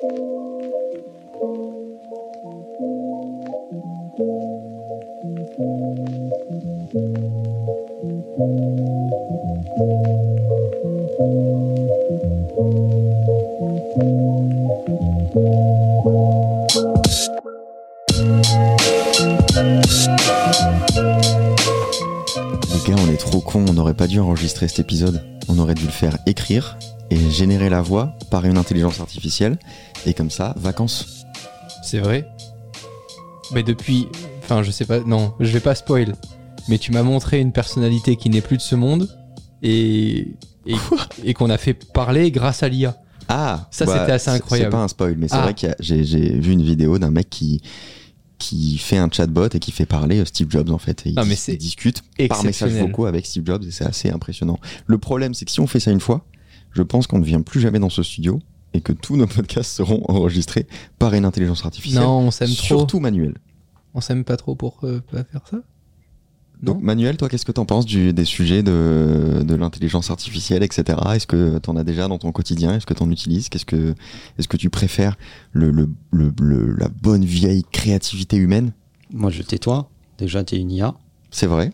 Les gars, on est trop cons, on n'aurait pas dû enregistrer cet épisode. On aurait dû le faire écrire et générer la voix par une intelligence artificielle. Et comme ça, vacances. C'est vrai. Mais depuis... Enfin, je sais pas... Non, je vais pas spoil. Mais tu m'as montré une personnalité qui n'est plus de ce monde et qu'on a fait parler grâce à l'IA. Ah, ça c'était assez incroyable. C'est pas un spoil, mais c'est vrai que j'ai vu une vidéo d'un mec qui fait un chatbot et qui fait parler Steve Jobs en fait. Et il discute par messages vocaux avec Steve Jobs et c'est assez impressionnant. Le problème, c'est que si on fait ça une fois, je pense qu'on ne vient plus jamais dans ce studio et que tous nos podcasts seront enregistrés par une intelligence artificielle. Non, on s'aime trop. Surtout Manuel. On s'aime pas trop pour pas faire ça. Donc Manuel, toi, qu'est-ce que t'en penses des sujets de l'intelligence artificielle, etc. Est-ce que t'en as déjà dans ton quotidien? Est-ce que t'en utilises? Est-ce que tu préfères la bonne vieille créativité humaine? Moi, je tais-toi. Déjà, t'es une IA. C'est vrai.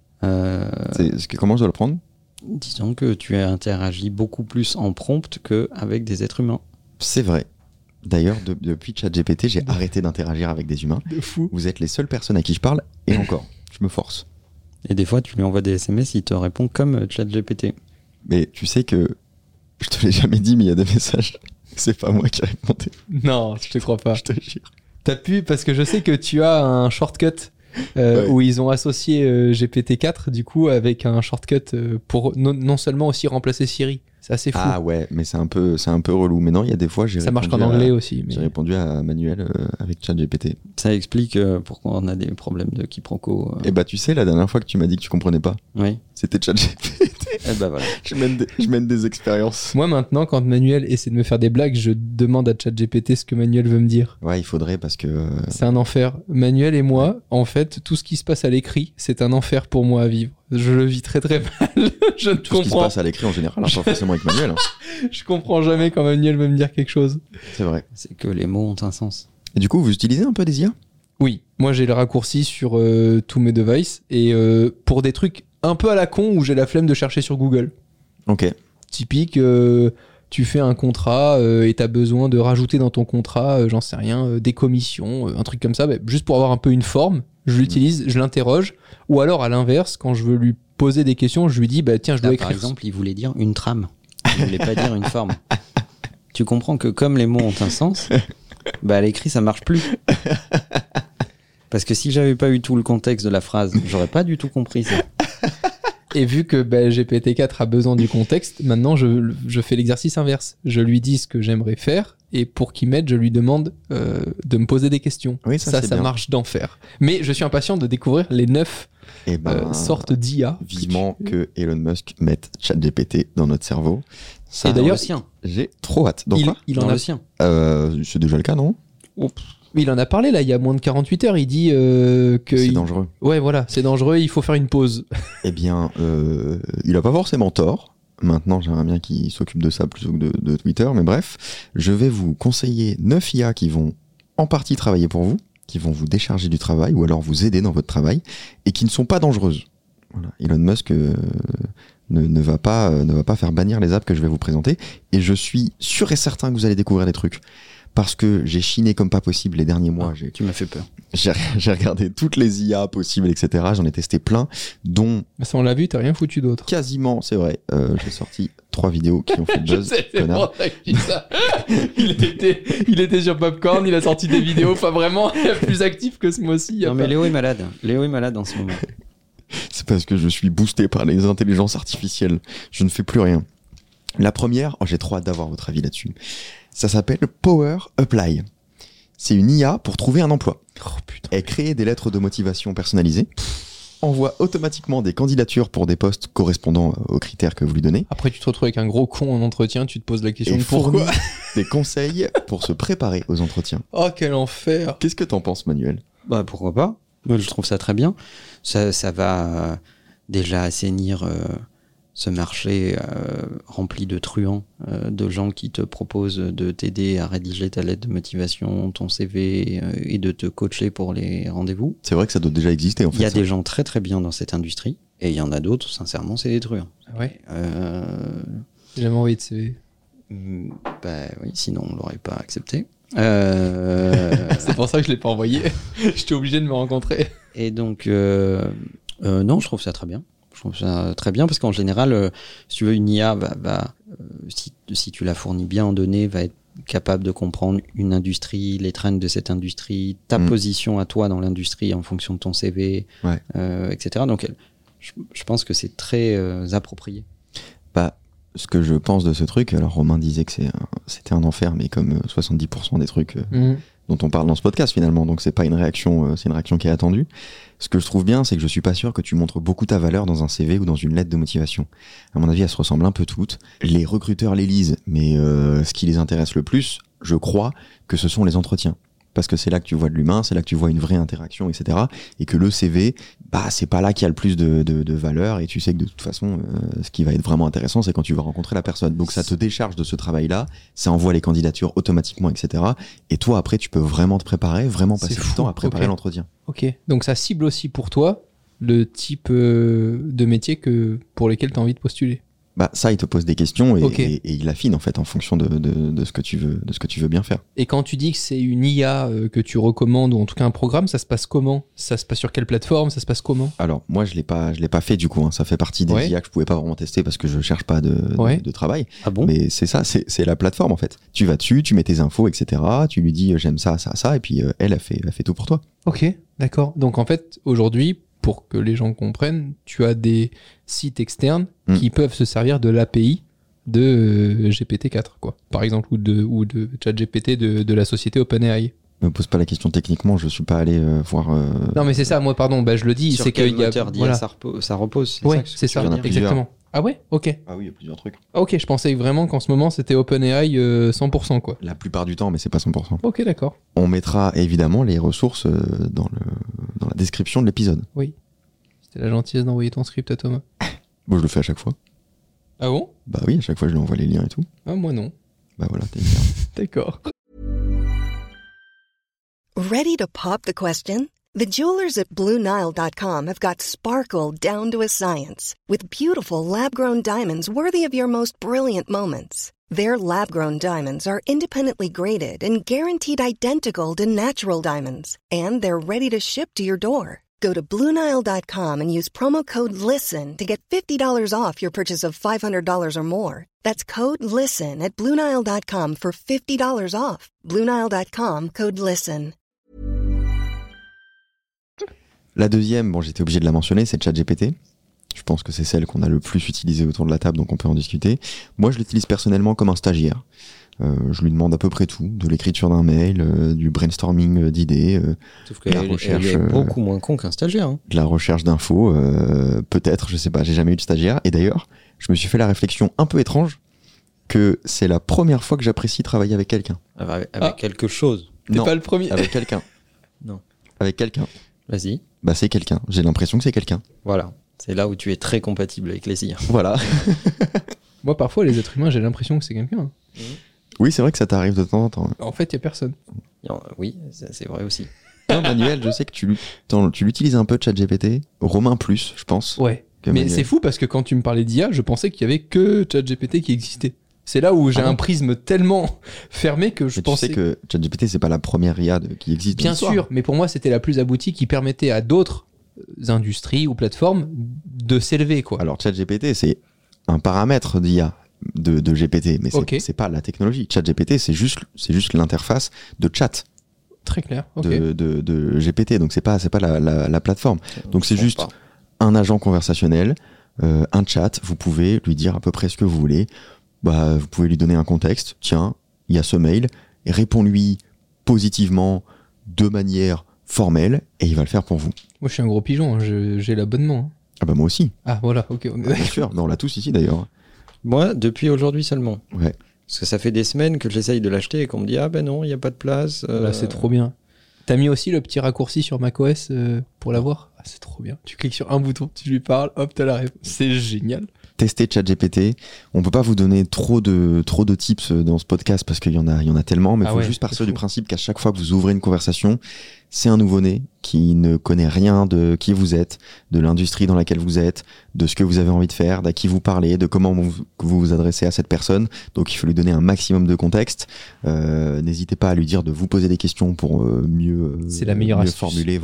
Comment je dois le prendre? Disons que tu interagis beaucoup plus en prompt qu'avec des êtres humains. C'est vrai. D'ailleurs, depuis ChatGPT, j'ai arrêté d'interagir avec des humains. De fou. Vous êtes les seules personnes à qui je parle, et encore, je me force. Et des fois, tu lui envoies des SMS, il te répond comme ChatGPT. Mais tu sais que, je te l'ai jamais dit, mais il y a des messages, c'est pas moi qui répondais. Non, je te crois pas. Je te jure. T'as pu, parce que je sais que tu as un shortcut où ils ont associé GPT-4, du coup, avec un shortcut pour non seulement aussi remplacer Siri. C'est assez fou. Ah ouais, mais c'est un peu relou. Mais non, il y a des fois, ça marche qu'en anglais aussi. Mais... J'ai répondu à Manuel avec ChatGPT. Ça explique pourquoi on a des problèmes de quiproquo. Et bah tu sais, la dernière fois que tu m'as dit que tu comprenais pas, oui. C'était ChatGPT. Et bah voilà. je mène des expériences. Moi maintenant, quand Manuel essaie de me faire des blagues, je demande à ChatGPT ce que Manuel veut me dire. Ouais, il faudrait parce que... C'est un enfer. Manuel et moi, en fait, tout ce qui se passe à l'écrit, c'est un enfer pour moi à vivre. Je le vis très très mal. Je ne tout ce qui se passe à l'écrit en général, pas forcément avec Manuel. Je comprends jamais quand Manuel veut me dire quelque chose. C'est vrai. C'est que les mots ont un sens. Et du coup, vous utilisez un peu des IA ? Oui, moi j'ai le raccourci sur tous mes devices et pour des trucs un peu à la con où j'ai la flemme de chercher sur Google. Ok. Typique, tu fais un contrat et t'as besoin de rajouter dans ton contrat, j'en sais rien, des commissions, un truc comme ça, juste pour avoir un peu une forme, je l'utilise, je l'interroge. Ou alors à l'inverse, quand je veux lui poser des questions, je lui dis tiens, je dois écrire. Par exemple, il voulait dire une trame, il voulait pas dire une forme. Tu comprends que comme les mots ont un sens, à l'écrit ça marche plus. Parce que si j'avais pas eu tout le contexte de la phrase, j'aurais pas du tout compris ça. Et vu que GPT-4 a besoin du contexte, maintenant je fais l'exercice inverse. Je lui dis ce que j'aimerais faire et pour qu'il m'aide, je lui demande de me poser des questions. Oui, ça marche d'enfer. Mais je suis impatient de découvrir les 9 sortes d'IA. Vivement que Elon Musk mette ChatGPT dans notre cerveau. Et d'ailleurs, j'ai trop hâte. Donc il en a le sien. C'est déjà le cas, non ? Il en a parlé là, il y a moins de 48 heures. Il dit que c'est dangereux. Ouais, voilà, c'est dangereux. Il faut faire une pause. Eh bien, il a pas forcément tort. Maintenant, j'aimerais bien qu'il s'occupe de ça plutôt que de Twitter. Mais bref, je vais vous conseiller 9 IA qui vont en partie travailler pour vous, qui vont vous décharger du travail ou alors vous aider dans votre travail et qui ne sont pas dangereuses. Voilà. Elon Musk ne va pas faire bannir les apps que je vais vous présenter. Et je suis sûr et certain que vous allez découvrir des trucs. Parce que j'ai chiné comme pas possible les derniers mois. Tu m'as fait peur. J'ai regardé toutes les IA possibles, etc. J'en ai testé plein, dont... Ça, on l'a vu, t'as rien foutu d'autre. Quasiment, c'est vrai. J'ai sorti 3 vidéos qui ont fait buzz. Je sais, c'est pour ça que je dis ça. il était sur Popcorn, il a sorti des vidéos, enfin vraiment, plus actif que ce mois-ci. Non, mais Léo est malade. Léo est malade en ce moment. C'est parce que je suis boosté par les intelligences artificielles. Je ne fais plus rien. La première, j'ai trop hâte d'avoir votre avis là-dessus. Ça s'appelle Power Apply. C'est une IA pour trouver un emploi. Oh putain. Elle crée des lettres de motivation personnalisées, envoie automatiquement des candidatures pour des postes correspondant aux critères que vous lui donnez. Après, tu te retrouves avec un gros con en entretien, tu te poses la question et de pourquoi. Des conseils pour se préparer aux entretiens. Oh, quel enfer. Qu'est-ce que t'en penses, Manuel ? Pourquoi pas ? Moi, je trouve ça très bien. Ça va déjà assainir ce marché rempli de truands de gens qui te proposent de t'aider à rédiger ta lettre de motivation, ton CV et de te coacher pour les rendez-vous. C'est vrai que ça doit déjà exister en fait. Il y a ça. des gens très très bien dans cette industrie et il y en a d'autres, sincèrement, c'est des truands. Ah ouais. J'ai jamais envoyé de CV. Bah oui, sinon on l'aurait pas accepté. C'est pour ça que je l'ai pas envoyé. J'étais obligé de me rencontrer. Et donc, non, je trouve ça très bien. Je trouve ça très bien parce qu'en général, si tu veux, une IA, si tu la fournis bien en données, va être capable de comprendre une industrie, les trends de cette industrie, ta position à toi dans l'industrie en fonction de ton CV, etc. Donc, je pense que c'est très approprié. Bah, ce que je pense de ce truc, alors Romain disait que c'était un enfer, mais comme 70% des trucs dont on parle dans ce podcast finalement, donc c'est pas une réaction, c'est une réaction qui est attendue. Ce que je trouve bien, c'est que je suis pas sûr que tu montres beaucoup ta valeur dans un CV ou dans une lettre de motivation. À mon avis, elles se ressemblent un peu toutes. Les recruteurs les lisent, mais ce qui les intéresse le plus, je crois, que ce sont les entretiens. Parce que c'est là que tu vois de l'humain, c'est là que tu vois une vraie interaction, etc. Et que le CV, c'est pas là qu'il y a le plus de valeur. Et tu sais que de toute façon, ce qui va être vraiment intéressant, c'est quand tu vas rencontrer la personne. Donc ça te décharge de ce travail-là, ça envoie les candidatures automatiquement, etc. Et toi, après, tu peux vraiment te préparer, vraiment passer du temps à préparer l'entretien. Ok, donc ça cible aussi pour toi le type de métier pour lesquels tu as envie de postuler. Bah ça, il te pose des questions et il affine en fait en fonction de ce que tu veux bien faire. Et quand tu dis que c'est une IA que tu recommandes ou en tout cas un programme, ça se passe comment ? Ça se passe sur quelle plateforme ? Ça se passe comment ? Alors moi je l'ai pas fait du coup. Hein. Ça fait partie des IA que je pouvais pas vraiment tester parce que je cherche pas de travail. Ah bon ? Mais c'est ça, c'est la plateforme en fait. Tu vas dessus, tu mets tes infos, etc. Tu lui dis j'aime ça, et puis elle a fait tout pour toi. Ok, d'accord. Donc en fait aujourd'hui, pour que les gens comprennent, tu as des sites externes qui peuvent se servir de l'API de GPT-4, quoi, par exemple, ou de ChatGPT de la société OpenAI. Me pose pas la question techniquement, je suis pas allé voir. Non, mais c'est ça, moi, pardon, je le dis, sur c'est quel qu'il y a. moteur d'IA ça repose. Ouais, c'est ça, exactement. Ah ouais, ok. Ah oui, il y a plusieurs trucs. Ok, je pensais vraiment qu'en ce moment c'était OpenAI 100%, quoi. La plupart du temps, mais c'est pas 100%. Ok, d'accord. On mettra évidemment les ressources dans la description de l'épisode. Oui. C'était la gentillesse d'envoyer ton script à Thomas. Bon, je le fais à chaque fois. Ah bon ? Bah oui, à chaque fois je lui envoie les liens et tout. Ah, moi non. Bah voilà, t'es bien. D'accord. Ready to pop the question? The jewelers at BlueNile.com have got sparkle down to a science with beautiful lab-grown diamonds worthy of your most brilliant moments. Their lab-grown diamonds are independently graded and guaranteed identical to natural diamonds, and they're ready to ship to your door. Go to BlueNile.com and use promo code LISTEN to get $50 off your purchase of $500 or more. That's code LISTEN at BlueNile.com for $50 off. BlueNile.com, code LISTEN. La deuxième, bon, j'étais obligé de la mentionner, c'est ChatGPT. Je pense que c'est celle qu'on a le plus utilisée autour de la table, donc on peut en discuter. Moi, je l'utilise personnellement comme un stagiaire. Je lui demande à peu près tout, de l'écriture d'un mail, du brainstorming d'idées, sauf qu'elle est beaucoup moins con qu'un stagiaire. Hein. De la recherche d'infos, peut-être, je sais pas, j'ai jamais eu de stagiaire. Et d'ailleurs, je me suis fait la réflexion un peu étrange que c'est la première fois que j'apprécie travailler avec quelqu'un. Avec quelque chose. T'es pas le premier. Avec quelqu'un. Non. Avec quelqu'un. Vas-y. Bah c'est quelqu'un, j'ai l'impression que c'est quelqu'un. Voilà, c'est là où tu es très compatible avec les IA. Voilà. Moi, parfois, les êtres humains, j'ai l'impression que c'est quelqu'un. Oui, c'est vrai que ça t'arrive de temps en temps. En fait, il n'y a personne. Oui, c'est vrai aussi. Non, Manuel, je sais que tu l'utilises un peu, ChatGPT. Romain plus, je pense. Ouais. Mais Manuel. c'est fou parce que quand tu me parlais d'IA, je pensais qu'il y avait que ChatGPT qui existait. C'est là où j'ai un prisme tellement fermé que je pensais... Tu sais que ChatGPT, c'est pas la première IA qui existe. Bien sûr, mais pour moi, c'était la plus aboutie qui permettait à d'autres industries ou plateformes de s'élever, quoi. Alors, ChatGPT, c'est un paramètre d'IA de GPT, mais c'est pas la technologie. ChatGPT, c'est juste l'interface de chat. Très clair, de GPT, donc c'est pas la plateforme. Donc c'est juste un agent conversationnel, un chat, vous pouvez lui dire à peu près ce que vous voulez. Bah, vous pouvez lui donner un contexte. Tiens, il y a ce mail. Et réponds-lui positivement, de manière formelle, et il va le faire pour vous. Moi, je suis un gros pigeon. Hein. J'ai l'abonnement. Hein. Ah bah moi aussi. Ah voilà, ok. On est bien sûr. Non, on l'a tous ici d'ailleurs. Moi, depuis aujourd'hui seulement. Ouais. Parce que ça fait des semaines que j'essaye de l'acheter et qu'on me dit ah ben non, il y a pas de place. Là, c'est trop bien. T'as mis aussi le petit raccourci sur macOS pour l'avoir. Ah, c'est trop bien. Tu cliques sur un bouton, tu lui parles, hop, t'as la réponse. C'est génial. testez ChatGPT. On peut pas vous donner trop de tips dans ce podcast parce qu'il y en a tellement, mais il faut juste partir du principe qu'à chaque fois que vous ouvrez une conversation, c'est un nouveau-né qui ne connaît rien de qui vous êtes, de l'industrie dans laquelle vous êtes, de ce que vous avez envie de faire, d'à qui vous parlez, de comment vous adressez à cette personne. Donc il faut lui donner un maximum de contexte. N'hésitez pas à lui dire de vous poser des questions pour mieux formuler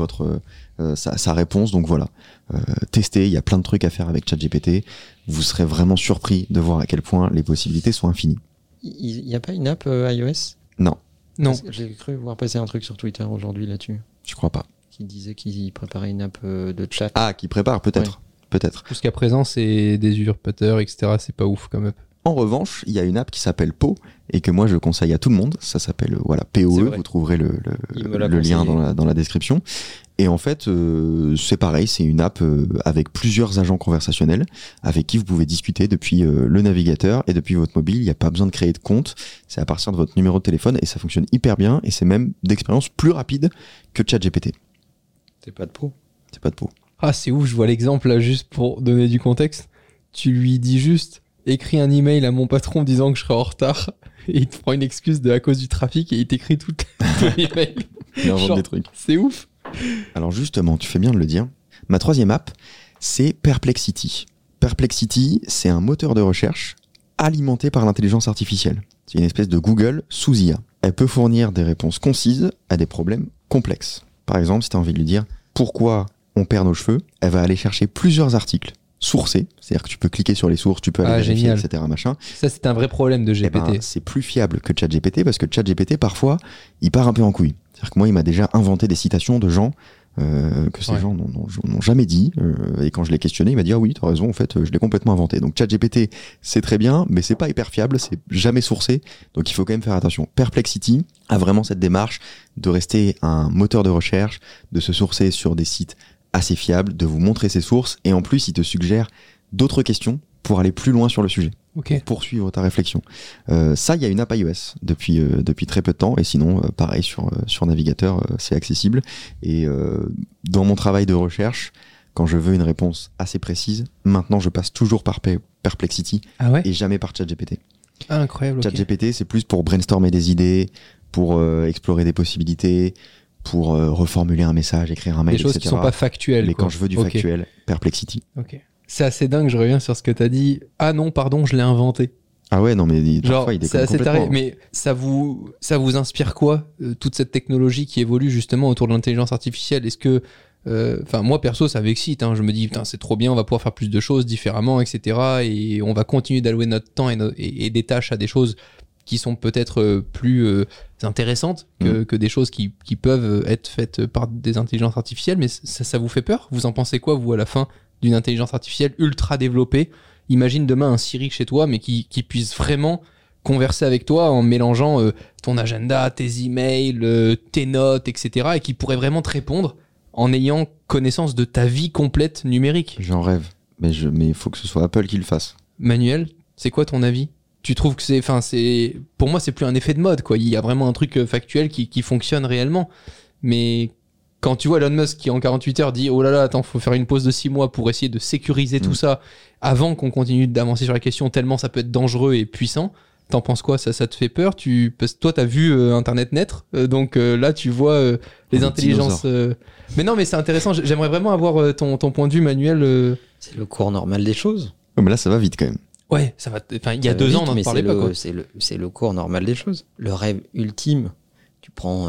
sa réponse. Donc voilà, testez, il y a plein de trucs à faire avec ChatGPT. Vous serez vraiment surpris de voir à quel point les possibilités sont infinies. Il n'y a pas une app iOS ? Non. J'ai cru voir passer un truc sur Twitter aujourd'hui là-dessus. Je crois pas. Qui disait qu'il préparait une app de chat. Ah, qui prépare, peut-être. Ouais. Peut-être. Jusqu'à présent, c'est des usurpateurs, etc. C'est pas ouf comme app. En revanche, il y a une app qui s'appelle Po et que moi je conseille à tout le monde. Ça s'appelle POE. Vous trouverez le lien dans la description. Et en fait, c'est pareil, c'est une app avec plusieurs agents conversationnels avec qui vous pouvez discuter depuis le navigateur et depuis votre mobile. Il n'y a pas besoin de créer de compte. C'est à partir de votre numéro de téléphone et ça fonctionne hyper bien et c'est même d'expérience plus rapide que ChatGPT. C'est pas de pro. Ah, c'est ouf, je vois l'exemple là, juste pour donner du contexte. Tu lui dis juste, écris un email à mon patron disant que je serai en retard et il te prend une excuse à cause du trafic et il t'écrit tout ton email. Il invente des trucs. C'est ouf. Alors justement, tu fais bien de le dire. Ma troisième app, c'est Perplexity. Perplexity, c'est un moteur de recherche alimenté par l'intelligence artificielle. C'est une espèce de Google sous IA. Elle peut fournir des réponses concises à des problèmes complexes. Par exemple, si tu as envie de lui dire pourquoi on perd nos cheveux, elle va aller chercher plusieurs articles sourcés, c'est-à-dire que tu peux cliquer sur les sources, tu peux aller vérifier, etc. Machin. Ça, c'est un vrai problème de GPT. C'est plus fiable que ChatGPT parce que ChatGPT, parfois, il part un peu en couille. C'est-à-dire que moi, il m'a déjà inventé des citations de gens que ces gens n'ont jamais dit. Et quand je l'ai questionné, il m'a dit « Ah oui, t'as raison, en fait, je l'ai complètement inventé. » Donc ChatGPT, c'est très bien, mais c'est pas hyper fiable, c'est jamais sourcé. Donc il faut quand même faire attention. Perplexity a vraiment cette démarche de rester un moteur de recherche, de se sourcer sur des sites assez fiables, de vous montrer ses sources. Et en plus, il te suggère d'autres questions pour aller plus loin sur le sujet. Pour poursuivre ta réflexion. Ça, il y a une app iOS depuis très peu de temps, et sinon, pareil, sur navigateur, c'est accessible. Et dans mon travail de recherche, quand je veux une réponse assez précise, maintenant, je passe toujours par Perplexity et jamais par ChatGPT. Ah, incroyable. ChatGPT, c'est plus pour brainstormer des idées, pour explorer des possibilités, pour reformuler un message, écrire un mail, etc. Des choses qui sont pas factuelles. Mais quand je veux du factuel, Perplexity. Ok. C'est assez dingue, je reviens sur ce que t'as dit. Ah non, pardon, je l'ai inventé. Ah ouais, non, mais parfois, il déconne c'est assez complètement. taré, mais ça vous inspire quoi, toute cette technologie qui évolue justement autour de l'intelligence artificielle? Est-ce que, moi perso, ça m'excite, hein. Je me dis, putain, c'est trop bien, on va pouvoir faire plus de choses différemment, etc. Et on va continuer d'allouer notre temps et des tâches à des choses qui sont peut-être plus intéressantes que des choses qui peuvent être faites par des intelligences artificielles. Mais ça vous fait peur? Vous en pensez quoi, vous, à la fin d'une intelligence artificielle ultra développée? Imagine demain un Siri chez toi, mais qui puisse vraiment converser avec toi en mélangeant ton agenda, tes emails, tes notes, etc. et qui pourrait vraiment te répondre en ayant connaissance de ta vie complète numérique. J'en rêve, mais il faut que ce soit Apple qui le fasse. Manuel, c'est quoi ton avis? Tu trouves que pour moi, c'est plus un effet de mode, quoi. Il y a vraiment un truc factuel qui fonctionne réellement. Mais quand tu vois Elon Musk qui en 48 heures dit « Oh là là, attends, faut faire une pause de 6 mois pour essayer de sécuriser tout ça avant qu'on continue d'avancer sur la question, tellement ça peut être dangereux et puissant », t'en penses quoi? Ça te fait peur? Parce que toi, t'as vu Internet naître, donc là, tu vois les intelligences... Mais non, mais c'est intéressant. J'aimerais vraiment avoir ton point de vue, Manuel. C'est le cours normal des choses. Oh, mais là, ça va vite quand même. Ouais, ça va. Enfin, il y a 2 ans, on n'en parlait pas, quoi. C'est le cours normal des choses. Le rêve ultime. Tu prends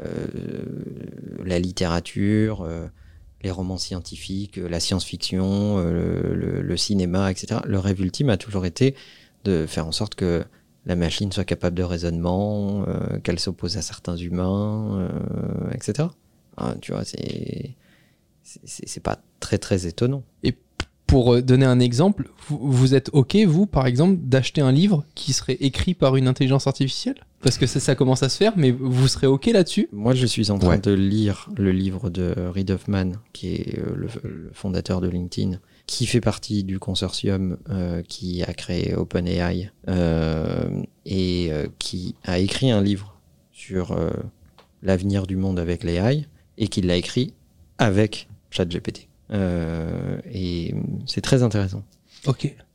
la littérature, les romans scientifiques, la science-fiction, le cinéma, etc. Le rêve ultime a toujours été de faire en sorte que la machine soit capable de raisonnement, qu'elle s'oppose à certains humains, etc. Ah, tu vois, c'est pas très très étonnant. Et pour donner un exemple, vous êtes OK, vous, par exemple, d'acheter un livre qui serait écrit par une intelligence artificielle? Parce que ça commence à se faire, mais vous serez OK là-dessus? Moi, je suis en train de lire le livre de Reid Hoffman, qui est le fondateur de LinkedIn, qui fait partie du consortium qui a créé OpenAI et qui a écrit un livre sur l'avenir du monde avec l'AI et qui l'a écrit avec ChatGPT. Et c'est très intéressant. Ok.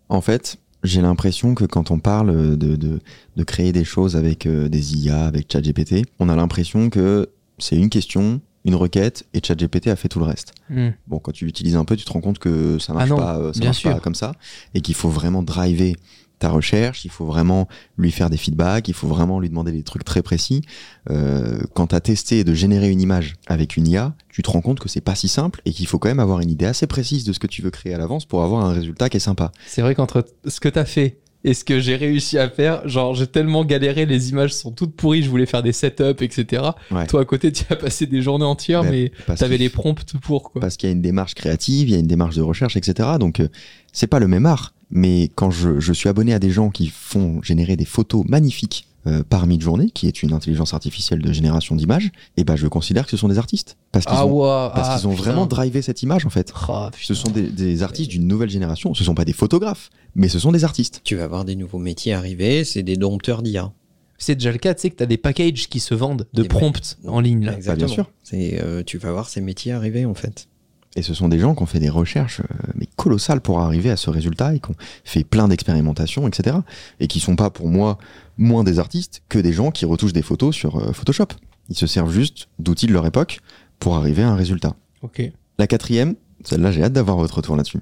En fait, j'ai l'impression que quand on parle de créer des choses avec des IA, avec ChatGPT, on a l'impression que c'est une question, une requête, et ChatGPT a fait tout le reste. Bon, quand tu l'utilises un peu, tu te rends compte que ça marche pas comme ça, et qu'il faut vraiment driver ta recherche, il faut vraiment lui faire des feedbacks, il faut vraiment lui demander des trucs très précis. Quand tu as testé de générer une image avec une IA, tu te rends compte que c'est pas si simple et qu'il faut quand même avoir une idée assez précise de ce que tu veux créer à l'avance pour avoir un résultat qui est sympa. C'est vrai qu'entre ce que t'as fait et ce que j'ai réussi à faire, genre j'ai tellement galéré, les images sont toutes pourries, je voulais faire des setups, etc. Ouais. Toi à côté, tu as passé des journées entières, mais t'avais les prompts pour quoi. Parce qu'il y a une démarche créative, il y a une démarche de recherche, etc. Donc c'est pas le même art. Mais quand je suis abonné à des gens qui font générer des photos magnifiques par Midjourney, qui est une intelligence artificielle de génération d'images, et ben je considère que ce sont des artistes. Parce qu'ils ont vraiment drivé cette image en fait. Ce sont des artistes d'une nouvelle génération. Ce sont pas des photographes, mais ce sont des artistes. Tu vas voir des nouveaux métiers arriver, c'est des dompteurs d'IA. C'est déjà le cas, tu sais que t'as des packages qui se vendent de prompts en ligne là. Exactement. Bien sûr. Tu vas voir ces métiers arriver en fait. Et ce sont des gens qui ont fait des recherches mais colossales pour arriver à ce résultat et qui ont fait plein d'expérimentations, etc. Et qui sont pas, pour moi, moins des artistes que des gens qui retouchent des photos sur Photoshop. Ils se servent juste d'outils de leur époque pour arriver à un résultat. Ok. La quatrième, celle-là, j'ai hâte d'avoir votre retour là-dessus.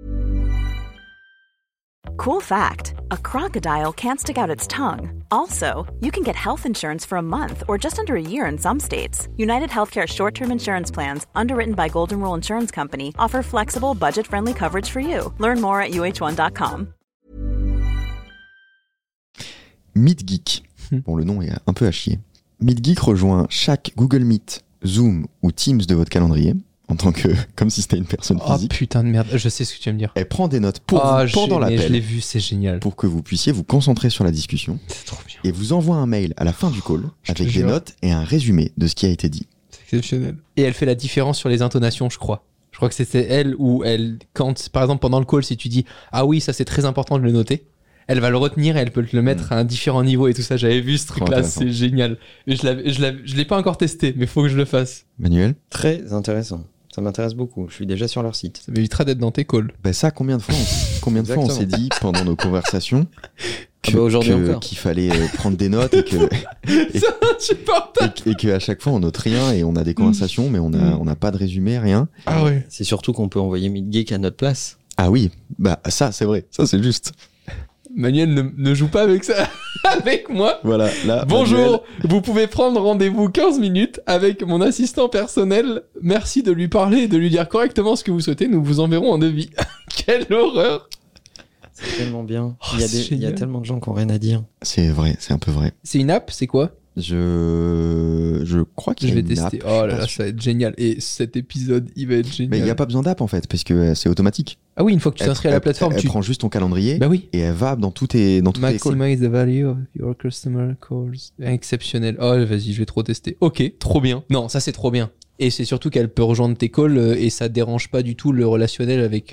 Cool fact, a crocodile can't stick out its tongue. Also, you can get health insurance for a month or just under a year in some states. United Healthcare short-term insurance plans, underwritten by Golden Rule Insurance Company, offer flexible, budget-friendly coverage for you. Learn more at uh1.com. MeetGeek. Bon, le nom est un peu à chier. MeetGeek rejoint chaque Google Meet, Zoom ou Teams de votre calendrier. En tant que, comme si c'était une personne physique. Oh putain de merde, je sais ce que tu vas me dire. Elle prend des notes pour vous pendant l'appel. Je l'ai vu, c'est génial. Pour que vous puissiez vous concentrer sur la discussion. C'est trop bien. Et vous envoie un mail à la fin du call avec des notes et un résumé de ce qui a été dit. C'est exceptionnel. Et elle fait la différence sur les intonations, je crois. Je crois que c'était elle ou elle, quand, par exemple, pendant le call, si tu dis « Ah oui, ça c'est très important de le noter », elle va le retenir et elle peut le mettre à un différent niveau et tout ça. J'avais vu ce truc-là, c'est génial. Mais je l'ai pas encore testé, mais faut que je le fasse. Manuel ? Très intéressant. Ça m'intéresse beaucoup. Je suis déjà sur leur site. Ça m'évitera d'être dans tes calls. Ben ça, combien de fois on s'est dit pendant nos conversations qu'il fallait prendre des notes et que et que à chaque fois on note rien et on a des conversations mais on n'a pas de résumé, rien. Ah ouais. C'est surtout qu'on peut envoyer MeetGeek à notre place. Ah oui, bah ça c'est vrai, ça c'est juste. Manuel ne joue pas avec ça, avec moi. Voilà, là. Bonjour, Manuel... vous pouvez prendre rendez-vous 15 minutes avec mon assistant personnel. Merci de lui parler et de lui dire correctement ce que vous souhaitez. Nous vous enverrons un devis. Quelle horreur! C'est tellement bien. Oh, il y a tellement de gens qui n'ont rien à dire. C'est vrai, c'est un peu vrai. C'est une app, c'est quoi? Je crois qu'il y a une tester. app. Oh là là, ça va être génial. Et cet épisode, il va être génial. Mais il n'y a pas besoin d'app en fait, parce que c'est automatique. Ah oui, une fois que tu t'inscris à la plateforme, elle prend juste ton calendrier bah oui. et elle va dans tous tes calls. Maximize the value of your customer calls. Exceptionnel. Oh, vas-y, je vais trop tester. Ok, trop bien. Non, ça c'est trop bien. Et c'est surtout qu'elle peut rejoindre tes calls et ça dérange pas du tout le relationnel avec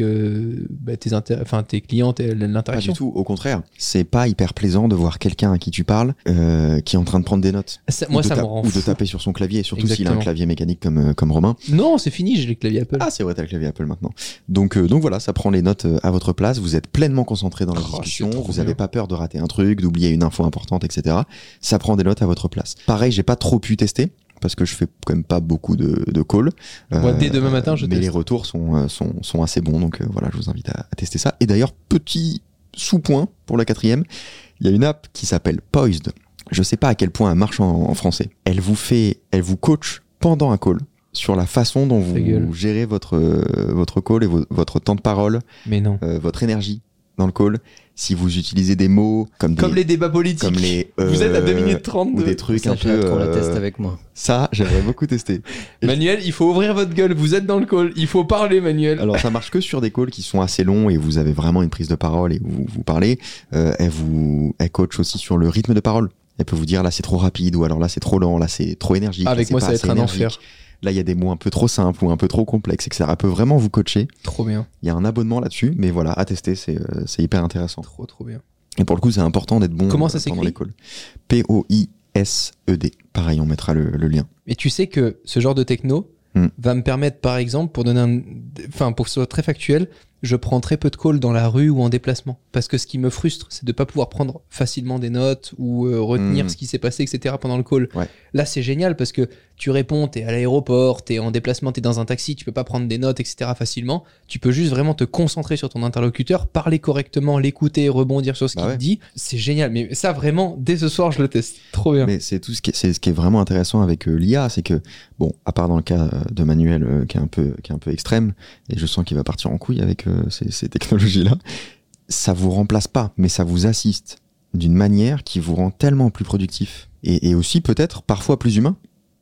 tes clients, l'interaction. Pas du tout, au contraire. C'est pas hyper plaisant de voir quelqu'un à qui tu parles qui est en train de prendre des notes. Moi, ça me rend fou. Ou de taper sur son clavier, surtout Exactement. s'il a un clavier mécanique comme Romain. Non, c'est fini, j'ai le clavier Apple. Ah, c'est vrai, t'as le clavier Apple maintenant. Donc voilà, ça prend les notes à votre place, vous êtes pleinement concentré dans la discussion, vous avez pas peur de rater un truc, d'oublier une info importante, etc. Ça prend des notes à votre place. Pareil, j'ai pas trop pu tester, parce que je fais quand même pas beaucoup de calls. Moi, dès demain matin, je teste. Mais les retours sont assez bons, donc voilà, je vous invite à tester ça. Et d'ailleurs, petit sous-point pour la quatrième, il y a une app qui s'appelle Poised. Je sais pas à quel point elle marche en français. Elle vous coach pendant un call sur la façon dont vous gérez votre call et votre temps de parole, mais non. Votre énergie dans le call. Si vous utilisez des mots comme les débats politiques, comme les vous êtes à 2 minutes 30 ou des trucs ça, un peu qu'on la teste avec moi. Ça, j'aimerais beaucoup tester. Manuel, il faut ouvrir votre gueule, vous êtes dans le call, il faut parler, Manuel. Alors ça marche que sur des calls qui sont assez longs et vous avez vraiment une prise de parole et vous parlez. Elle coach aussi sur le rythme de parole. Elle peut vous dire là c'est trop rapide ou alors là c'est trop lent, là c'est trop énergique. Avec moi ça va être un enfer. Là, il y a des mots un peu trop simples ou un peu trop complexes, etc. Elle peut vraiment vous coacher. Trop bien. Il y a un abonnement là-dessus, mais voilà, à tester, c'est hyper intéressant. Trop bien. Et pour le coup, c'est important d'être bon Comment ça pendant s'écrit les calls. Poised. Pareil, on mettra le lien. Et tu sais que ce genre de techno va me permettre, par exemple, pour que ce soit très factuel, je prends très peu de calls dans la rue ou en déplacement. Parce que ce qui me frustre, c'est de pas pouvoir prendre facilement des notes ou retenir ce qui s'est passé, etc. pendant le call. Ouais. Là, c'est génial parce que tu réponds, t'es à l'aéroport, t'es en déplacement, t'es dans un taxi, tu peux pas prendre des notes, etc. facilement. Tu peux juste vraiment te concentrer sur ton interlocuteur, parler correctement, l'écouter, rebondir sur ce qu'il te dit. C'est génial. Mais ça, vraiment, dès ce soir, je le teste. Trop bien. Mais c'est tout ce qui est vraiment intéressant avec l'IA, c'est que, bon, à part dans le cas de Manuel qui est un peu extrême, et je sens qu'il va partir en couille avec ces technologies-là, ça vous remplace pas, mais ça vous assiste d'une manière qui vous rend tellement plus productif et aussi peut-être parfois plus humain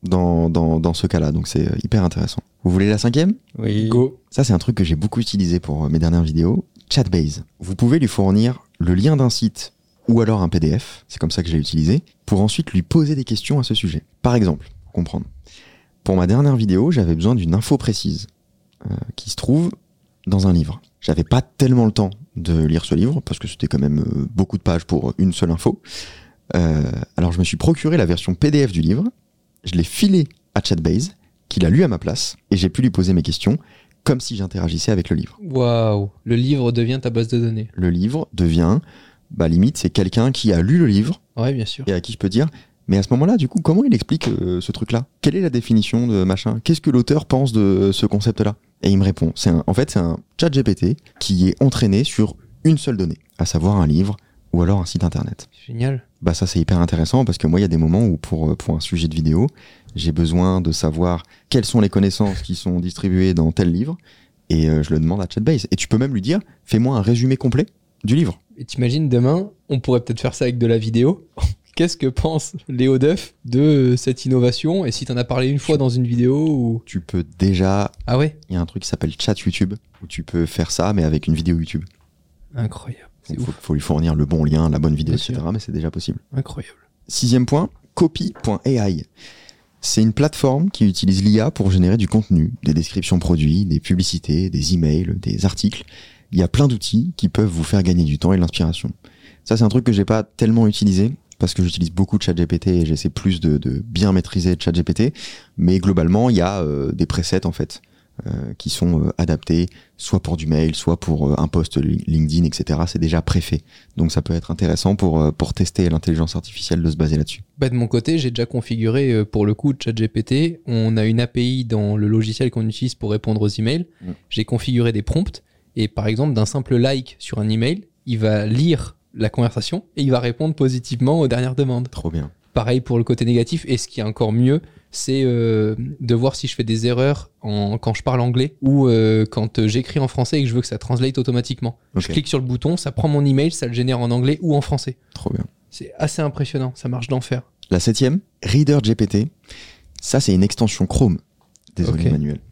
dans ce cas-là. Donc c'est hyper intéressant. Vous voulez la 5e ? Oui. Go. Ça, c'est un truc que j'ai beaucoup utilisé pour mes dernières vidéos. Chatbase. Vous pouvez lui fournir le lien d'un site ou alors un PDF, c'est comme ça que je l'ai utilisé, pour ensuite lui poser des questions à ce sujet. Par exemple, pour comprendre. Pour ma dernière vidéo, j'avais besoin d'une info précise qui se trouve dans un livre. J'avais pas tellement le temps de lire ce livre, parce que c'était quand même beaucoup de pages pour une seule info. Alors je me suis procuré la version PDF du livre, je l'ai filé à Chatbase, qui l'a lu à ma place, et j'ai pu lui poser mes questions, comme si j'interagissais avec le livre. Waouh. Le livre devient ta base de données. Le livre devient, limite, c'est quelqu'un qui a lu le livre, Ouais, bien sûr. et à qui je peux dire, mais à ce moment-là, du coup, comment il explique ce truc-là ? Quelle est la définition de machin ? Qu'est-ce que l'auteur pense de ce concept-là ? Et il me répond. En fait, c'est un chat GPT qui est entraîné sur une seule donnée, à savoir un livre ou alors un site internet. Génial. Ça, c'est hyper intéressant parce que moi, il y a des moments où pour un sujet de vidéo, j'ai besoin de savoir quelles sont les connaissances qui sont distribuées dans tel livre et je le demande à Chatbase. Et tu peux même lui dire, fais-moi un résumé complet du livre. Et t'imagines, demain, on pourrait peut-être faire ça avec de la vidéo. Qu'est-ce que pense Léo Duff de cette innovation ? Et si t'en as parlé une fois dans une vidéo ou... Tu peux déjà... Ah ouais ? Il y a un truc qui s'appelle Chat YouTube où tu peux faire ça, mais avec une vidéo YouTube. Incroyable. C'est Il ouf. faut lui fournir le bon lien, la bonne vidéo, Bien etc. sûr. Mais c'est déjà possible. Incroyable. 6e point, Copy.ai. C'est une plateforme qui utilise l'IA pour générer du contenu, des descriptions produits, des publicités, des emails, des articles. Il y a plein d'outils qui peuvent vous faire gagner du temps et de l'inspiration. Ça, c'est un truc que j'ai pas tellement utilisé parce que j'utilise beaucoup de ChatGPT et j'essaie plus de bien maîtriser ChatGPT. Mais globalement, il y a des presets en fait qui sont adaptés soit pour du mail, soit pour un post LinkedIn, etc. C'est déjà préfait. Donc ça peut être intéressant pour tester l'intelligence artificielle de se baser là-dessus. De mon côté, j'ai déjà configuré pour le coup ChatGPT. On a une API dans le logiciel qu'on utilise pour répondre aux emails. J'ai configuré des prompts et par exemple d'un simple like sur un email, il va lire la conversation et il va répondre positivement aux dernières demandes. Trop bien. Pareil pour le côté négatif, et ce qui est encore mieux, c'est de voir si je fais des erreurs quand je parle anglais ou quand j'écris en français et que je veux que ça translate automatiquement. Ok. Je clique sur le bouton, ça prend mon email, ça le génère en anglais ou en français. Trop bien. C'est assez impressionnant, ça marche d'enfer. La 7e, ReaderGPT. Ça, c'est une extension Chrome. Désolé, Ok. Manuel.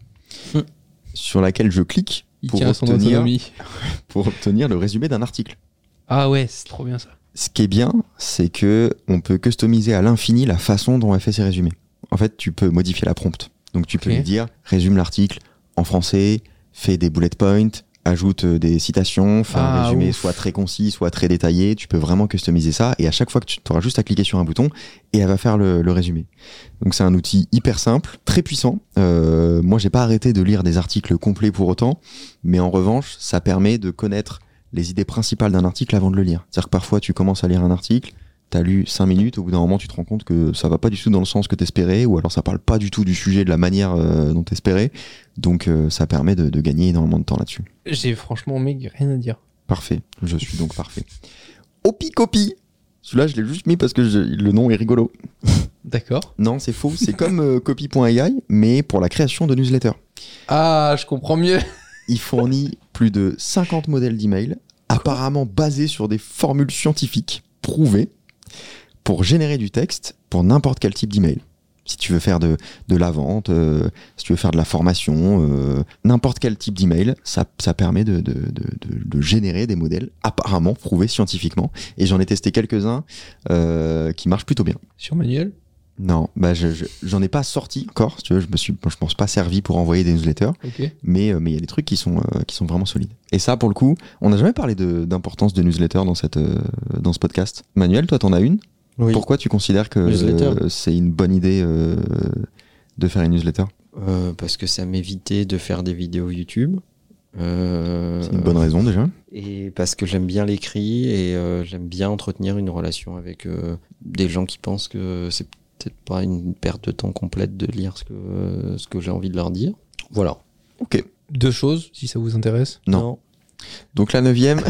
Sur laquelle je clique Il pour tient à son obtenir, autonomie. pour obtenir le résumé d'un article. Ah ouais, c'est trop bien ça. Ce qui est bien, c'est que on peut customiser à l'infini la façon dont elle fait ses résumés. En fait, tu peux modifier la prompt. Donc, tu peux Ok. lui dire, résume l'article en français, fais des bullet points, ajoute des citations, fais un résumé soit très concis, soit très détaillé. Tu peux vraiment customiser ça. Et à chaque fois que tu auras juste à cliquer sur un bouton et elle va faire le résumé. Donc, c'est un outil hyper simple, très puissant. Moi, j'ai pas arrêté de lire des articles complets pour autant. Mais en revanche, ça permet de connaître les idées principales d'un article avant de le lire. C'est-à-dire que parfois, tu commences à lire un article, t'as lu 5 minutes, au bout d'un moment, tu te rends compte que ça va pas du tout dans le sens que t'espérais, ou alors ça parle pas du tout du sujet de la manière dont t'espérais. Donc, ça permet de gagner énormément de temps là-dessus. J'ai franchement rien à dire. Parfait. Je suis donc parfait. Opicopi. Celui-là, je l'ai juste mis parce que le nom est rigolo. D'accord. Non, c'est faux. C'est comme Copy.ai, mais pour la création de newsletters. Ah, je comprends mieux. Il fournit plus de 50 modèles d'email, apparemment basés sur des formules scientifiques prouvées, pour générer du texte pour n'importe quel type d'email. Si tu veux faire de la vente, si tu veux faire de la formation, n'importe quel type d'email, ça permet de générer des modèles apparemment prouvés scientifiquement. Et j'en ai testé quelques-uns qui marchent plutôt bien. Sur Manuel ? Non, j'en ai pas sorti encore, si tu veux, je pense pas servi pour envoyer des newsletters, Ok. mais il y a des trucs qui sont vraiment solides. Et ça, pour le coup, on n'a jamais parlé d'importance de newsletter dans ce podcast. Manuel, toi, t'en as une ? Oui. Pourquoi tu considères que Newsletter. c'est une bonne idée de faire une newsletter ? Parce que ça m'évitait de faire des vidéos YouTube. C'est une bonne raison déjà. Et parce que j'aime bien l'écrit et j'aime bien entretenir une relation avec des gens qui pensent que c'est peut-être pas une perte de temps complète de lire ce que j'ai envie de leur dire. Voilà. Ok. 2 choses, si ça vous intéresse. Non. Donc la 9e.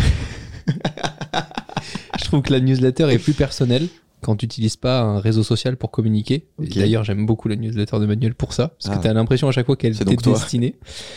Je trouve que la newsletter est plus personnelle quand tu n'utilises pas un réseau social pour communiquer. Ok. Et d'ailleurs, j'aime beaucoup la newsletter de Manuel pour ça, parce Ah. que tu as l'impression à chaque fois qu'elle C'est t'est donc toi. destinée.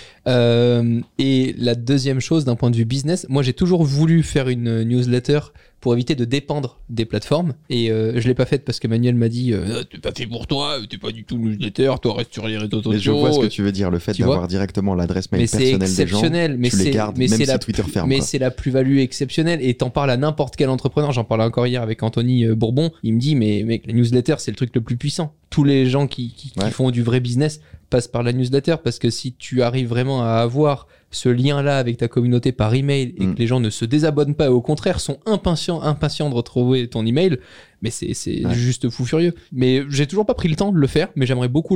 Et la deuxième chose, d'un point de vue business, moi j'ai toujours voulu faire une newsletter pour éviter de dépendre des plateformes. Et je l'ai pas faite parce que Manuel m'a dit t'es pas fait pour toi, t'es pas du tout newsletter, toi reste sur les réseaux sociaux. Mais je vois ce que tu veux dire, le fait Tu d'avoir vois directement l'adresse mail mais c'est personnelle des gens. exceptionnel, mais tu les c'est gardes, mais même c'est si la Twitter ferme. mais quoi. c'est la plus-value exceptionnelle et t'en parles à n'importe quel entrepreneur. J'en parlais encore hier avec Anthony Bourbon. Il me dit mais mec, la newsletter c'est le truc le plus puissant. Tous les gens qui Ouais. font du vrai business passent par la newsletter parce que si tu arrives vraiment à avoir ce lien-là avec ta communauté par email et que les gens ne se désabonnent pas et au contraire sont impatients de retrouver ton email, mais c'est Ouais. juste fou furieux. Mais j'ai toujours pas pris le temps de le faire, mais j'aimerais beaucoup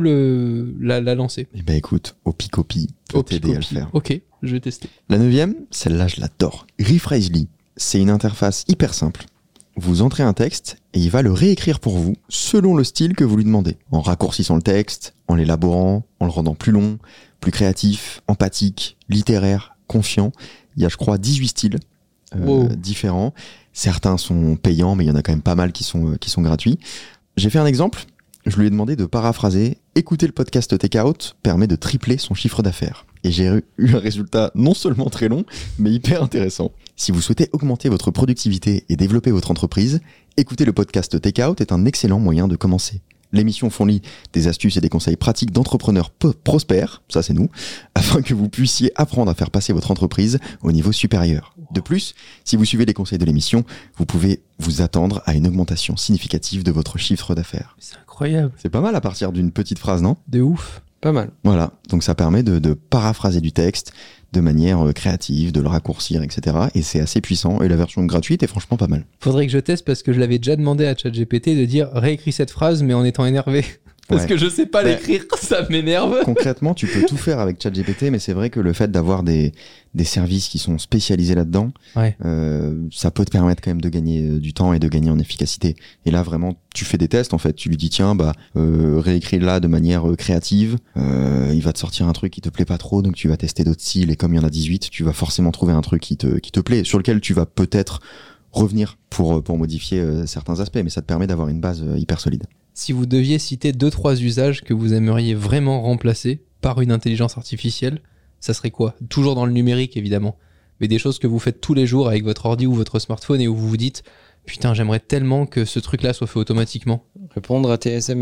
la lancer. Eh ben écoute, Opicopi peut t'aider à le faire. Ok, je vais tester. La 9e, celle-là je l'adore. Rephrasely. C'est une interface hyper simple. Vous entrez un texte et il va le réécrire pour vous selon le style que vous lui demandez. En raccourcissant le texte, en l'élaborant, en le rendant plus long, plus créatif, empathique, littéraire, confiant. Il y a je crois 18 styles Wow. différents. Certains sont payants mais il y en a quand même pas mal qui sont gratuits. J'ai fait un exemple. Je lui ai demandé de paraphraser « Écouter le podcast Takeout permet de tripler son chiffre d'affaires ». Et j'ai eu un résultat non seulement très long, mais hyper intéressant. Si vous souhaitez augmenter votre productivité et développer votre entreprise, écouter le podcast Takeout est un excellent moyen de commencer. L'émission fournit des astuces et des conseils pratiques d'entrepreneurs prospères, ça c'est nous, afin que vous puissiez apprendre à faire passer votre entreprise au niveau supérieur. De plus, si vous suivez les conseils de l'émission, vous pouvez vous attendre à une augmentation significative de votre chiffre d'affaires. C'est incroyable. C'est pas mal à partir d'une petite phrase, non ? De ouf. Pas mal. Voilà, donc ça permet de paraphraser du texte de manière créative, de le raccourcir, etc. Et c'est assez puissant, et la version gratuite est franchement pas mal. Faudrait que je teste parce que je l'avais déjà demandé à ChatGPT de dire réécris cette phrase mais en étant énervé. Parce Ouais. que je sais pas Ouais. l'écrire, ça m'énerve. Concrètement, tu peux tout faire avec ChatGPT, mais c'est vrai que le fait d'avoir des services qui sont spécialisés là-dedans, Ouais. ça peut te permettre quand même de gagner du temps et de gagner en efficacité. Et là, vraiment, tu fais des tests, en fait. Tu lui dis, tiens, réécris là de manière créative. Il va te sortir un truc qui te plaît pas trop, donc tu vas tester d'autres styles. Et comme il y en a 18, tu vas forcément trouver un truc qui te plaît, sur lequel tu vas peut-être revenir pour modifier certains aspects, mais ça te permet d'avoir une base hyper solide. Si vous deviez citer 2-3 usages que vous aimeriez vraiment remplacer par une intelligence artificielle, ça serait quoi ? Toujours dans le numérique, évidemment. Mais des choses que vous faites tous les jours avec votre ordi ou votre smartphone et où vous vous dites « Putain, j'aimerais tellement que ce truc-là soit fait automatiquement. Répondre à tes SMS. »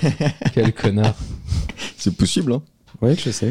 Quel connard. C'est possible, hein. Oui, je sais.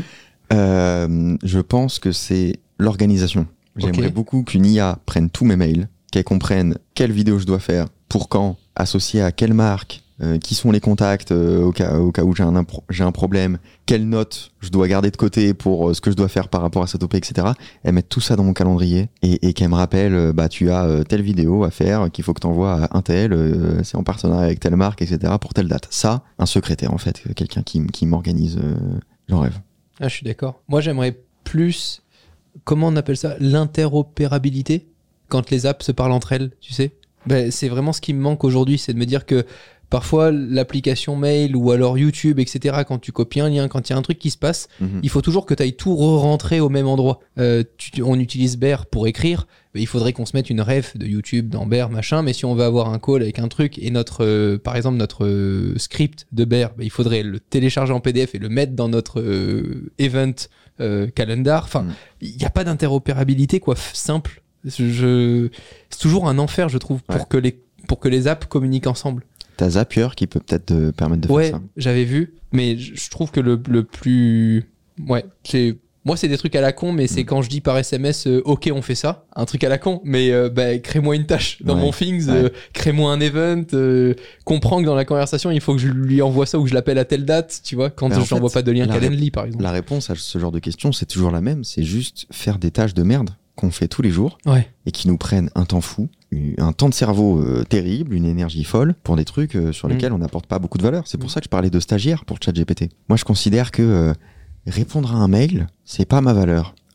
Je pense que c'est l'organisation. J'aimerais Ok. beaucoup qu'une IA prenne tous mes mails, qu'elle comprenne quelle vidéo je dois faire, pour quand, associé à quelle marque, qui sont les contacts au cas où j'ai un problème, quelles notes je dois garder de côté pour ce que je dois faire par rapport à cette OP, etc. Elle met tout ça dans mon calendrier et qu'elle me rappelle, tu as telle vidéo à faire qu'il faut que tu envoies à un tel, c'est en partenariat avec telle marque, etc. pour telle date. Ça, un secrétaire en fait, quelqu'un qui m'organise, j'en rêve. Ah, je suis d'accord. Moi, j'aimerais plus, comment on appelle ça, l'interopérabilité, quand les apps se parlent entre elles, tu sais. Ben, c'est vraiment ce qui me manque aujourd'hui, c'est de me dire que parfois l'application mail ou alors YouTube, etc., quand tu copies un lien, quand il y a un truc qui se passe, il faut toujours que tu ailles tout re-rentrer au même endroit. On utilise Bear pour écrire, mais il faudrait qu'on se mette une ref de YouTube dans Bear, machin, mais si on veut avoir un call avec un truc et par exemple notre script de Bear, il faudrait le télécharger en PDF et le mettre dans notre event calendar. Enfin, il n'y a pas d'interopérabilité, quoi, simple. C'est toujours un enfer, je trouve, pour que les apps communiquent ensemble. T'as Zapier qui peut peut-être te permettre de Ouais, faire ça. j'avais vu, mais je trouve que le plus... Ouais, moi, c'est des trucs à la con, mais c'est quand je dis par SMS, ok, on fait ça, un truc à la con, mais crée-moi une tâche dans Ouais, mon Things, ouais. crée-moi un event, comprends que dans la conversation, il faut que je lui envoie ça ou que je l'appelle à telle date, tu vois, quand Mais en je n'envoie fait, pas de lien la Calendly, par exemple. La réponse à ce genre de questions, c'est toujours la même, c'est juste faire des tâches de merde qu'on fait tous les jours Ouais. et qui nous prennent un temps fou, un temps de cerveau terrible, une énergie folle pour des trucs sur lesquels on n'apporte pas beaucoup de valeur. C'est pour ça que je parlais de stagiaire pour ChatGPT. Moi, je considère que répondre à un mail, c'est pas ma valeur.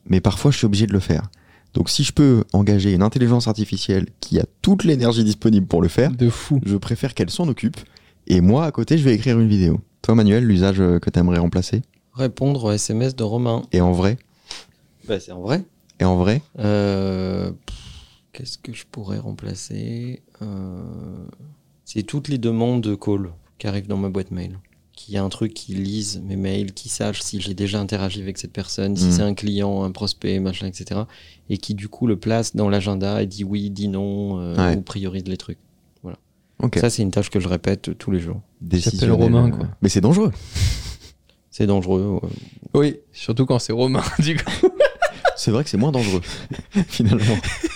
mais parfois je suis obligé de le faire. Donc si je peux engager une intelligence artificielle qui a toute l'énergie disponible pour le faire, De fou. je préfère qu'elle s'en occupe. Et moi, à côté, je vais écrire une vidéo. Toi, Manuel, l'usage que tu aimerais remplacer? Répondre au SMS de Romain. Et en vrai? Bah, c'est en vrai. Et en vrai? Qu'est-ce que je pourrais remplacer C'est toutes les demandes de call qui arrivent dans ma boîte mail. Qu'il y a un truc qui lise mes mails, qui sache si j'ai déjà interagi avec cette personne, si c'est un client, un prospect, machin, etc. Et qui du coup le place dans l'agenda et dit oui, dit non, ou priorise les trucs. Voilà. Ok. Ça, c'est une tâche que je répète tous les jours. Décisionnel. Romain, quoi. Mais c'est dangereux. C'est dangereux. Oui, surtout quand c'est Romain, du coup. C'est vrai que c'est moins dangereux, finalement.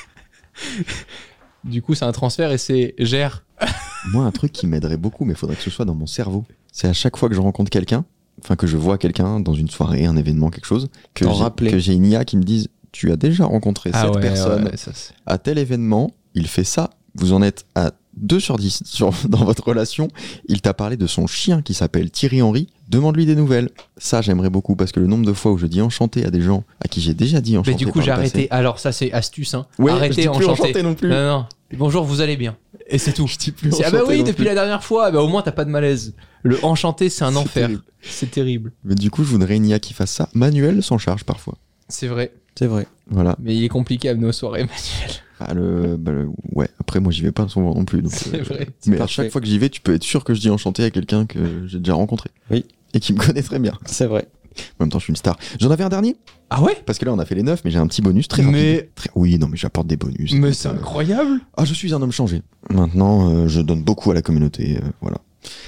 Du coup, c'est un transfert et c'est gère. Moi, un truc qui m'aiderait beaucoup, mais il faudrait que ce soit dans mon cerveau. C'est à chaque fois que je rencontre quelqu'un, enfin que je vois quelqu'un dans une soirée, un événement, quelque chose, que j'ai une IA qui me dise tu as déjà rencontré cette personne à tel événement, il fait ça, vous en êtes à 2 sur 10 dans votre relation, il t'a parlé de son chien qui s'appelle Thierry Henry, demande-lui des nouvelles. Ça, j'aimerais beaucoup parce que le nombre de fois où je dis enchanté à des gens à qui j'ai déjà dit enchanté. Mais du coup, j'ai arrêté. Alors, ça, c'est astuce. Hein. Ouais, arrêtez je dis plus enchanté non plus. Non. Bonjour, vous allez bien. Et c'est tout. Je dis plus Ah bah oui, non depuis plus. la dernière fois, bah au moins t'as pas de malaise. Le enchanté, c'est un enfer. Terrible. C'est terrible. Mais du coup, je voudrais une IA qui fasse ça. Manuel s'en charge parfois. C'est vrai. C'est vrai. Voilà. Mais il est compliqué à amener aux soirées, Manuel. Ouais, après, moi, j'y vais pas souvent non plus. Donc, C'est vrai. mais à parfait. chaque fois que j'y vais, tu peux être sûr que je dis enchanté à quelqu'un que j'ai déjà rencontré. Oui. Et qui me connaît très bien. C'est vrai. En même temps, je suis une star. J'en avais un dernier. Ah ouais? Parce que là, on a fait les 9, mais j'ai un petit bonus très rapide. Mais- Oui, non, mais j'apporte des bonus. Mais c'est incroyable. Ah, je suis un homme changé. Maintenant, je donne beaucoup à la communauté. Voilà.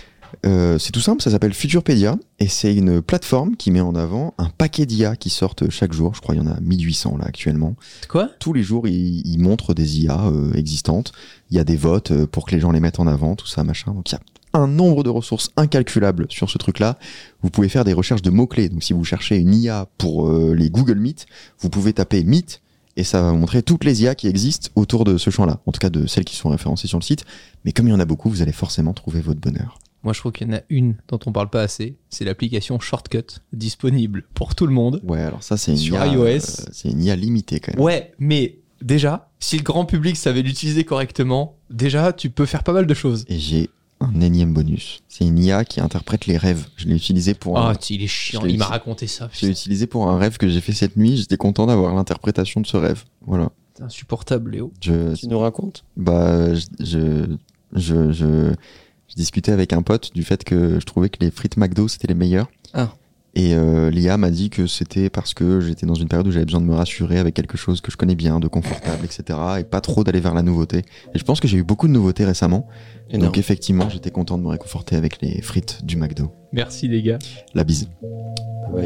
C'est tout simple, ça s'appelle Futurpedia et c'est une plateforme qui met en avant un paquet d'IA qui sortent chaque jour. Je crois qu'il y en a 1800 là actuellement. Quoi? Tous les jours, ils montrent des IA existantes. Il y a des votes pour que les gens les mettent en avant, tout ça, machin. Donc il y a un nombre de ressources incalculables sur ce truc-là. Vous pouvez faire des recherches de mots-clés. Donc si vous cherchez une IA pour les Google Meet, vous pouvez taper Meet et ça va vous montrer toutes les IA qui existent autour de ce champ-là. En tout cas, de celles qui sont référencées sur le site. Mais comme il y en a beaucoup, vous allez forcément trouver votre bonheur. Moi, je trouve qu'il y en a une dont on parle pas assez. C'est l'application Shortcut, disponible pour tout le monde. Ouais, alors ça, c'est une Sur IA, iOS. C'est une IA limitée quand même. Ouais, mais déjà, si le grand public savait l'utiliser correctement, déjà, tu peux faire pas mal de choses. Et j'ai un énième bonus. C'est une IA qui interprète les rêves. Je l'ai utilisé pour Ah, il est chiant. je l'ai Il m'a utilisé. raconté ça. Je l'ai utilisé pour un rêve que j'ai fait cette nuit. J'étais content d'avoir l'interprétation de ce rêve. Voilà. C'est insupportable, Léo. Tu nous racontes? Je discutais avec un pote du fait que je trouvais que les frites McDo c'était les meilleures. Ah. Et l'IA m'a dit que c'était parce que j'étais dans une période où j'avais besoin de me rassurer avec quelque chose que je connais bien, de confortable, etc. Et pas trop d'aller vers la nouveauté. Et je pense que j'ai eu beaucoup de nouveautés récemment. Énorme. Donc effectivement, j'étais content de me réconforter avec les frites du McDo. Merci, les gars. La bise. Oui.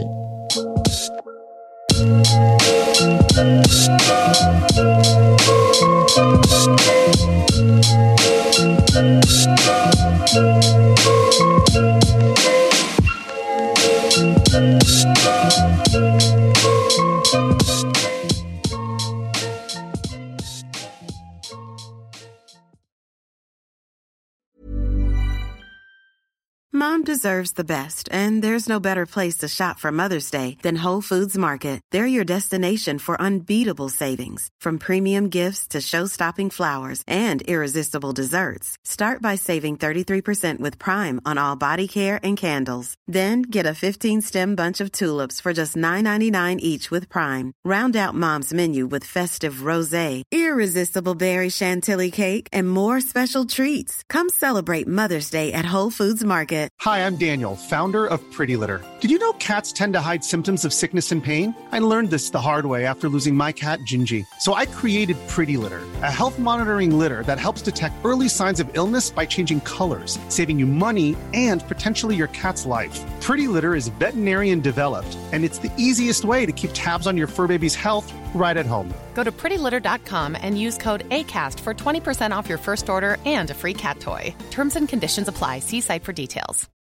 Mom deserves the best, and there's no better place to shop for Mother's Day than Whole Foods Market. They're your destination for unbeatable savings, from premium gifts to show-stopping flowers and irresistible desserts. Start by saving 33% with Prime on all body care and candles. Then get a 15-stem bunch of tulips for just $9.99 each with Prime. Round out Mom's menu with festive rosé, irresistible berry chantilly cake, and more special treats. Come celebrate Mother's Day at Whole Foods Market. Hi, I'm Daniel, founder of Pretty Litter. Did you know cats tend to hide symptoms of sickness and pain? I learned this the hard way after losing my cat, Gingy. So I created Pretty Litter, a health monitoring litter that helps detect early signs of illness by changing colors, saving you money and potentially your cat's life. Pretty Litter is veterinarian developed, and it's the easiest way to keep tabs on your fur baby's health right at home. Go to prettylitter.com and use code ACAST for 20% off your first order and a free cat toy. Terms and conditions apply. See site for details.